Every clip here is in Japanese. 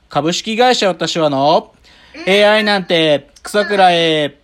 株式会社私はの AI なんてクソくらえ。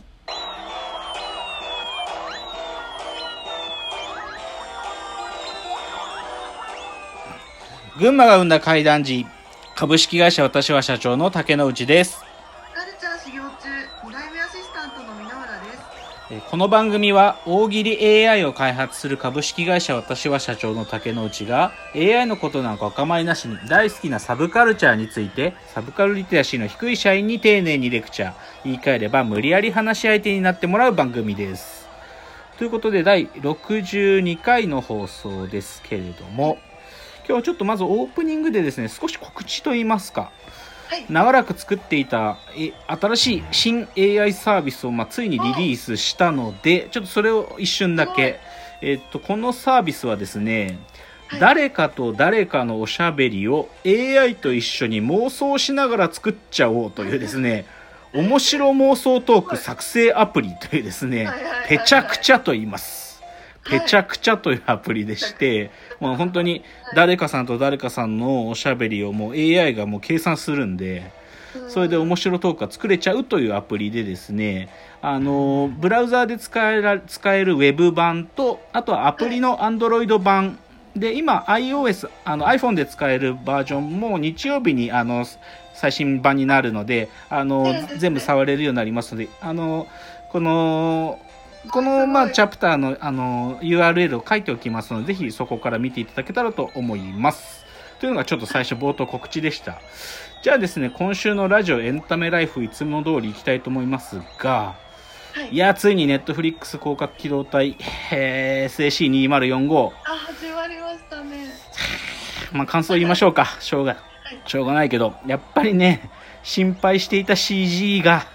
群馬が生んだ怪談時、株式会社私は社長の竹之内です。 カルチャー修行中、2代目アシスタントの箕浦です。 この番組は大喜利 AI を開発する株式会社私は社長の竹之内が AI のことなんかお構いなしに大好きなサブカルチャーについてサブカルリテラシーの低い社員に丁寧にレクチャー、言い換えれば無理やり話し相手になってもらう番組です。ということで第62回の放送ですけれども、今日はちょっとまずオープニングでですね、少し告知といいますか、長らく作っていた新しい新 AI サービスをついにリリースしたので、ちょっとそれを一瞬だけ、このサービスはですね、誰かと誰かのおしゃべりを AI と一緒に妄想しながら作っちゃおうというですね、面白妄想トーク作成アプリというですね、ペチャクチャと言います。ペチャクチャというアプリでして、もう本当に誰かさんと誰かさんのおしゃべりをもう AI がもう計算するんで、それで面白トークが作れちゃうというアプリでですね、ブラウザーで使えるウェブ版と、あとはアプリの Android 版で、今 iPhone で使えるバージョンも日曜日に最新版になるので、全部触れるようになりますので、このチャプターのURL を書いておきますので、ぜひそこから見ていただけたらと思います。というのがちょっと最初冒頭告知でした。じゃあですね、今週のラジオエンタメライフいつも通り行きたいと思いますが、いやついにネットフリックス広角機動隊、SAC2045 始まりましたね。 感想言いましょうか。しょうがないけど、やっぱりね、心配していた CG が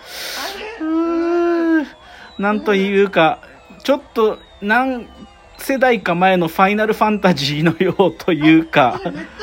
なんというか、ちょっと何世代か前のファイナルファンタジーのようというか、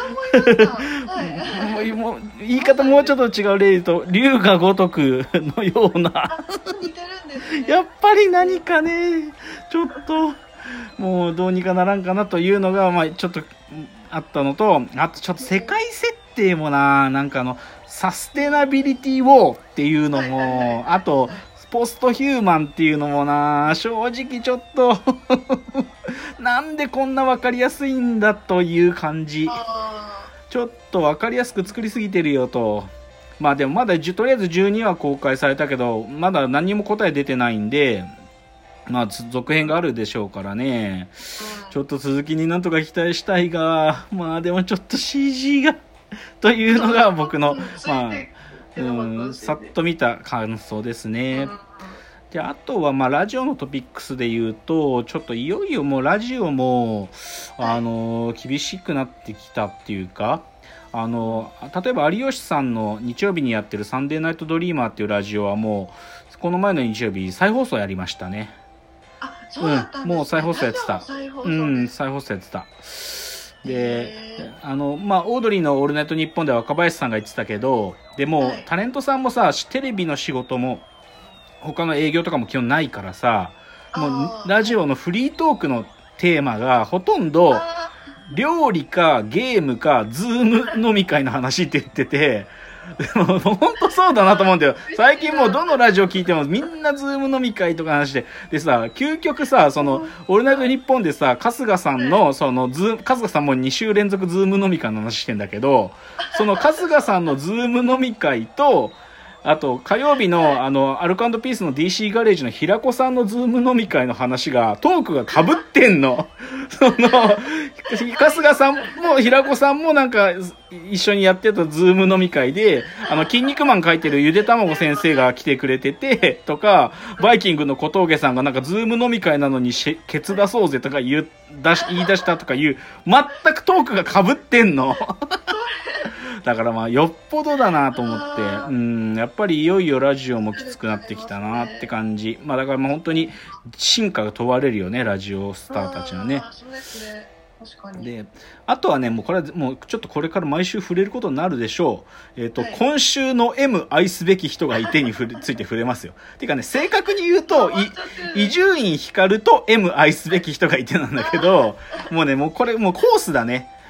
もう言い方もうちょっと違う例で言うと、龍が如くのような似てるんですね。 やっぱり何かね、ちょっともうどうにかならんかなというのがちょっとあったのと、あとちょっと世界設定もなんかサステナビリティウォーっていうのも、あとポストヒューマンっていうのも正直ちょっとなんでこんな分かりやすいんだという感じ。ちょっと分かりやすく作りすぎてるよと。でもまだとりあえず12話公開されたけど、まだ何にも答え出てないんで、続編があるでしょうからね、ちょっと続きになんとか期待したいが、でもちょっと CG がというのが僕のさっと見た感想ですね。で、あとはラジオのトピックスで言うと、ちょっといよいよもうラジオも厳しくなってきたっていうか、例えば有吉さんの日曜日にやってるサンデーナイトドリーマーっていうラジオはもうこの前の日曜日再放送やりましたね。 そうだったんですね。 もう再放送やってた。再放送やってた。で、オードリーのオールナイトニッポンでは若林さんが言ってたけど、でも、タレントさんもさ、テレビの仕事も他の営業とかも基本ないからさ、もうラジオのフリートークのテーマがほとんど料理かゲームかズーム飲み会の話って言ってて、でも本当そうだなと思うんだよ。最近もうどのラジオ聞いてもみんなズーム飲み会とか話でさ、究極さ、オールナイトニッポンでさ、春日さんの春日さんも2週連続ズーム飲み会の話してんだけど、その春日さんのズーム飲み会と、あと火曜日のアルコ&ピースの DC ガレージの平子さんのズーム飲み会の話がトークが被ってんの。春日さんも平子さんもなんか一緒にやってたズーム飲み会で、筋肉マン書いてるゆでたまご先生が来てくれててとか、バイキングの小峠さんがなんかズーム飲み会なのにケツ出そうぜとか言い出したとか全くトークが被ってんの。だからよっぽどだなと思って、やっぱりいよいよラジオもきつくなってきたなって感じ。だから本当に進化が問われるよね、ラジオスターたちのね。 そうですね。確かに。 で、あとはね、もうこれはもうちょっとこれから毎週触れることになるでしょう。今週の M 愛すべき人がいてについて触れますよ。てかね、正確に言うと、伊集院光と M 愛すべき人がいてなんだけど、もうね、もうこれもうコースだね。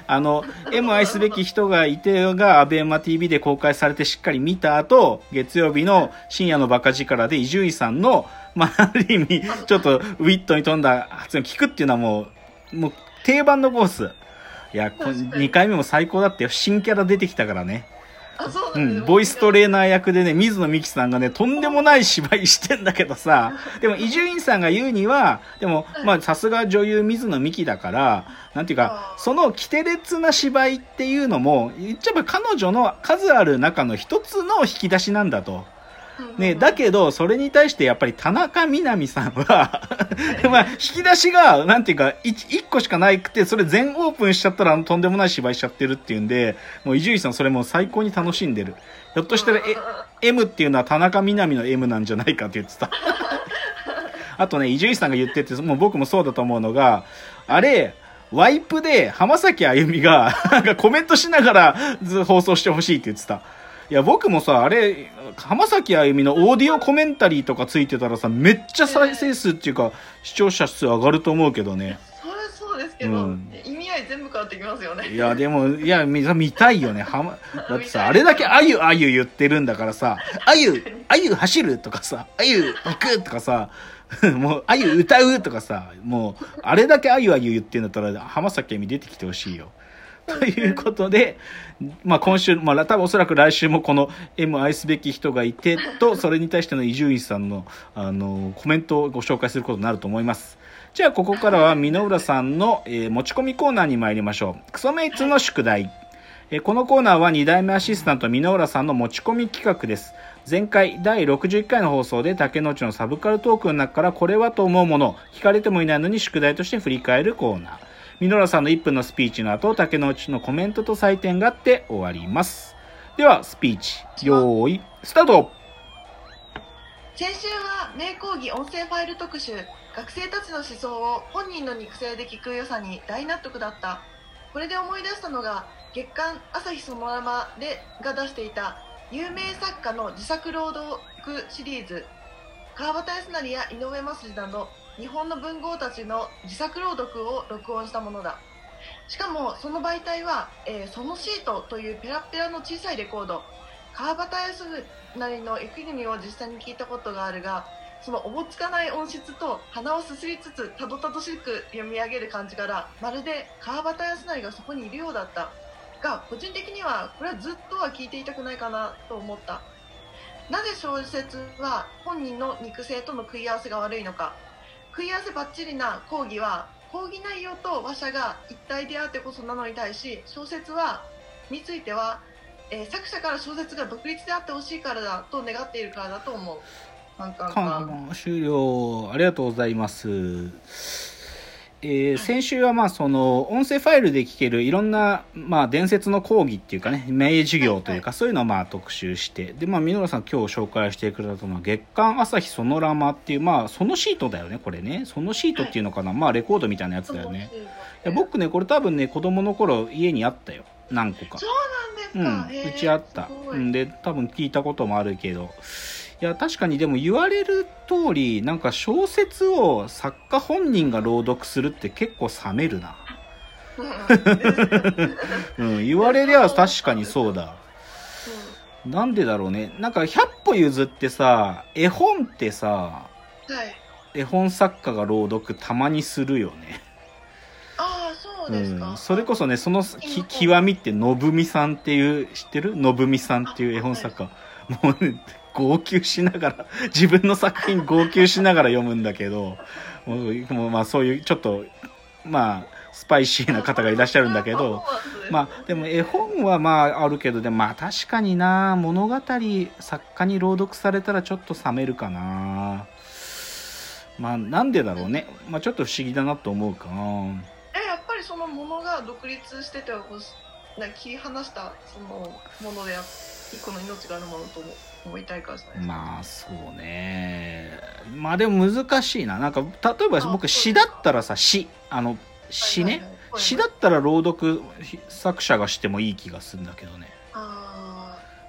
M 愛すべき人がいてがアベマ TV で公開されてしっかり見た後、月曜日の深夜のバカ力で伊集院さんの、まあ、ある意味、ちょっとウィットに富んだ発言を聞くっていうのはもう定番のコース。いや、2回目も最高だってよ。新キャラ出てきたからね。 そうなんです、 ボイストレーナー役でね、水野美紀さんがね、とんでもない芝居してんだけどさ、でも伊集院さんが言うには、でも、まあさすが女優水野美紀だから、なんていうか、その奇て烈な芝居っていうのも、言っちゃえば彼女の数ある中の一つの引き出しなんだと。ね、だけど、それに対してやっぱり田中みな実さんは、まあ、引き出しが、なんていうか、1個しかないくて、それ全オープンしちゃったらとんでもない芝居しちゃってるっていうんで、もう伊集院さんそれもう最高に楽しんでる。ひょっとしたら、M っていうのは田中みな実の M なんじゃないかって言ってた。あとね、伊集院さんが言ってて、もう僕もそうだと思うのが、あれ、ワイプで浜崎あゆみが、なんかコメントしながら放送してほしいって言ってた。いや、僕もさ、あれ、浜崎あゆみのオーディオコメンタリーとかついてたらさ、めっちゃ再生数っていうか、視聴者数上がると思うけどね。 それそうですけど、意味合い全部変わってきますよね。 いや、でも、いや、見たいよね。だってさ、あれだけあゆ言ってるんだからさ、あゆ走るとかさ、あゆ行くとかさ、もう、あゆ歌うとかさ、もう、あれだけあゆ言ってんだったら、浜崎あゆみ出てきてほしいよ。ということで、まあ今週、まあ多分おそらく来週もこの M 愛すべき人がいてと、それに対しての伊集院さんの、コメントをご紹介することになると思います。じゃあここからは箕浦さんの、持ち込みコーナーに参りましょう。クソメイツの宿題。このコーナーは2代目アシスタント箕浦さんの持ち込み企画です。前回第61回の放送で竹之内のサブカルトークの中からこれはと思うもの、聞かれてもいないのに宿題として振り返るコーナー。箕浦さんの1分のスピーチの後、竹之内のコメントと採点があって終わります。では、スピーチ、用意、スタート。 先週は名講義音声ファイル特集、学生たちの思想を本人の肉声で聞く良さに大納得だった。これで思い出したのが、月刊朝日そのままが出していた有名作家の自作朗読シリーズ、川端康成や井上真筋など日本の文豪たちの自作朗読を録音したものだ。しかもその媒体は、そのシートというペラペラの小さいレコード。川端康成の雪国を実際に聞いたことがあるが、そのおぼつかない音質と鼻をすすりつつたどたどしく読み上げる感じから、まるで川端康成がそこにいるようだったが、個人的にはこれはずっとは聞いていたくないかなと思った。なぜ小説は本人の肉声との食い合わせが悪いのか。食い合わせばっちりな講義は講義内容と話者が一体であってこそなのに対し、小説については、作者から小説が独立であってほしいからだと願っているからだと思う。 終了。ありがとうございます。先週はまあその音声ファイルで聞けるいろんなまあ伝説の講義っていうかね、名授業というかそういうのをまあ特集して、でまあ箕浦さん今日紹介してくれたのは月刊朝日そのラマっていう、まあそのシートだよね、これね。そのシートっていうのかな、まあレコードみたいなやつだよね。いや僕ねこれ多分ね子供の頃家にあったよ、何個か。 そうなんですか。 うちあった。で多分聞いたこともあるけど、いや確かにでも言われる通り、なんか小説を作家本人が朗読するって結構冷めるな。言われりゃ確かにそうだ。なんでだろうね。なんか100歩譲ってさ、絵本ってさ、絵本作家が朗読たまにするよね。 ああ、そうですか。 それこそね、その極みってのぶみさんっていう、知ってる？のぶみさんっていう絵本作家。もうね、号泣しながら、自分の作品号泣しながら読むんだけど、もうまあそういうちょっと、まあ、スパイシーな方がいらっしゃるんだけど、まあでも絵本はまああるけど、でもまあ確かにな、物語作家に朗読されたらちょっと冷めるかな。まあなんでだろうね。まあちょっと不思議だなと思うかな。 やっぱりそのものが独立してて切り離したそのもので一個の命があるものと思いたいからじゃないですか。 まあそうね。まあでも難しいな。なんか例えば僕詩だったらさ、詩ね、詩だったら朗読作者がしてもいい気がするんだけどね。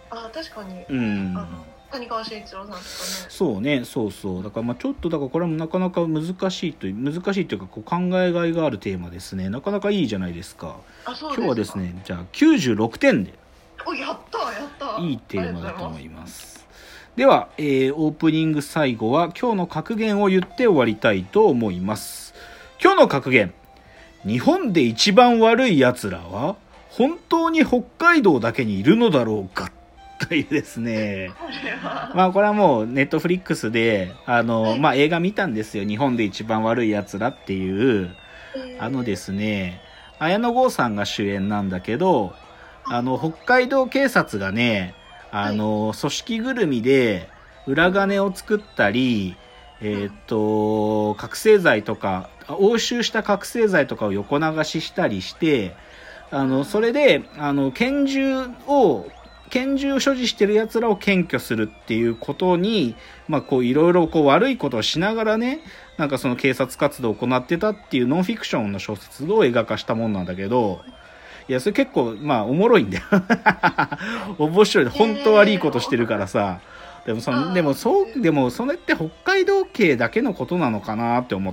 あ、確かに。 うん。 谷川俊一郎さんとかね。 そうね、そうそう。だからまあちょっとだからこれもなかなか難しいというかこう考えがいがあるテーマですね。なかなかいいじゃないですか。 あ、そうですか。 今日はですね、じゃあ96点で。 お、やったやった。 いいテーマだと思います。では、オープニング最後は今日の格言を言って終わりたいと思います。今日の格言。日本で一番悪い奴らは本当に北海道だけにいるのだろうかというですね。まあこれはもうネットフリックスでまあ映画見たんですよ。日本で一番悪い奴らっていうですね、綾野剛さんが主演なんだけど、北海道警察がね、組織ぐるみで裏金を作ったり、覚醒剤とか押収した覚醒剤とかを横流ししたりして、それで拳銃を所持してる奴らを検挙するっていうことに、まあこういろいろこう悪いことをしながらね、なんかその警察活動を行ってたっていうノンフィクションの小説を映画化したもんなんだけど、いやそれ結構まあおもろいんだよ。面白い。本当悪いことしてるからさ。でもそれって北海道系だけのことなのかなって思って、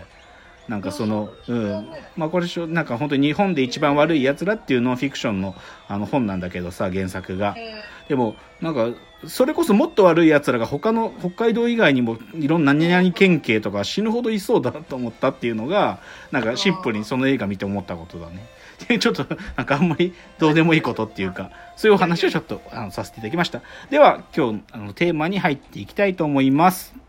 なんかまあこれなんか本当に日本で一番悪い奴らっていうノンフィクションの本なんだけどさ、原作が。でもなんかそれこそもっと悪い奴らが他の北海道以外にもいろんな何々県警とか死ぬほどいそうだなと思ったっていうのが、なんかシンプルにその映画見て思ったことだね。ちょっとなんかあんまりどうでもいいことっていうか、そういうお話をちょっとさせていただきました。では今日テーマに入っていきたいと思います。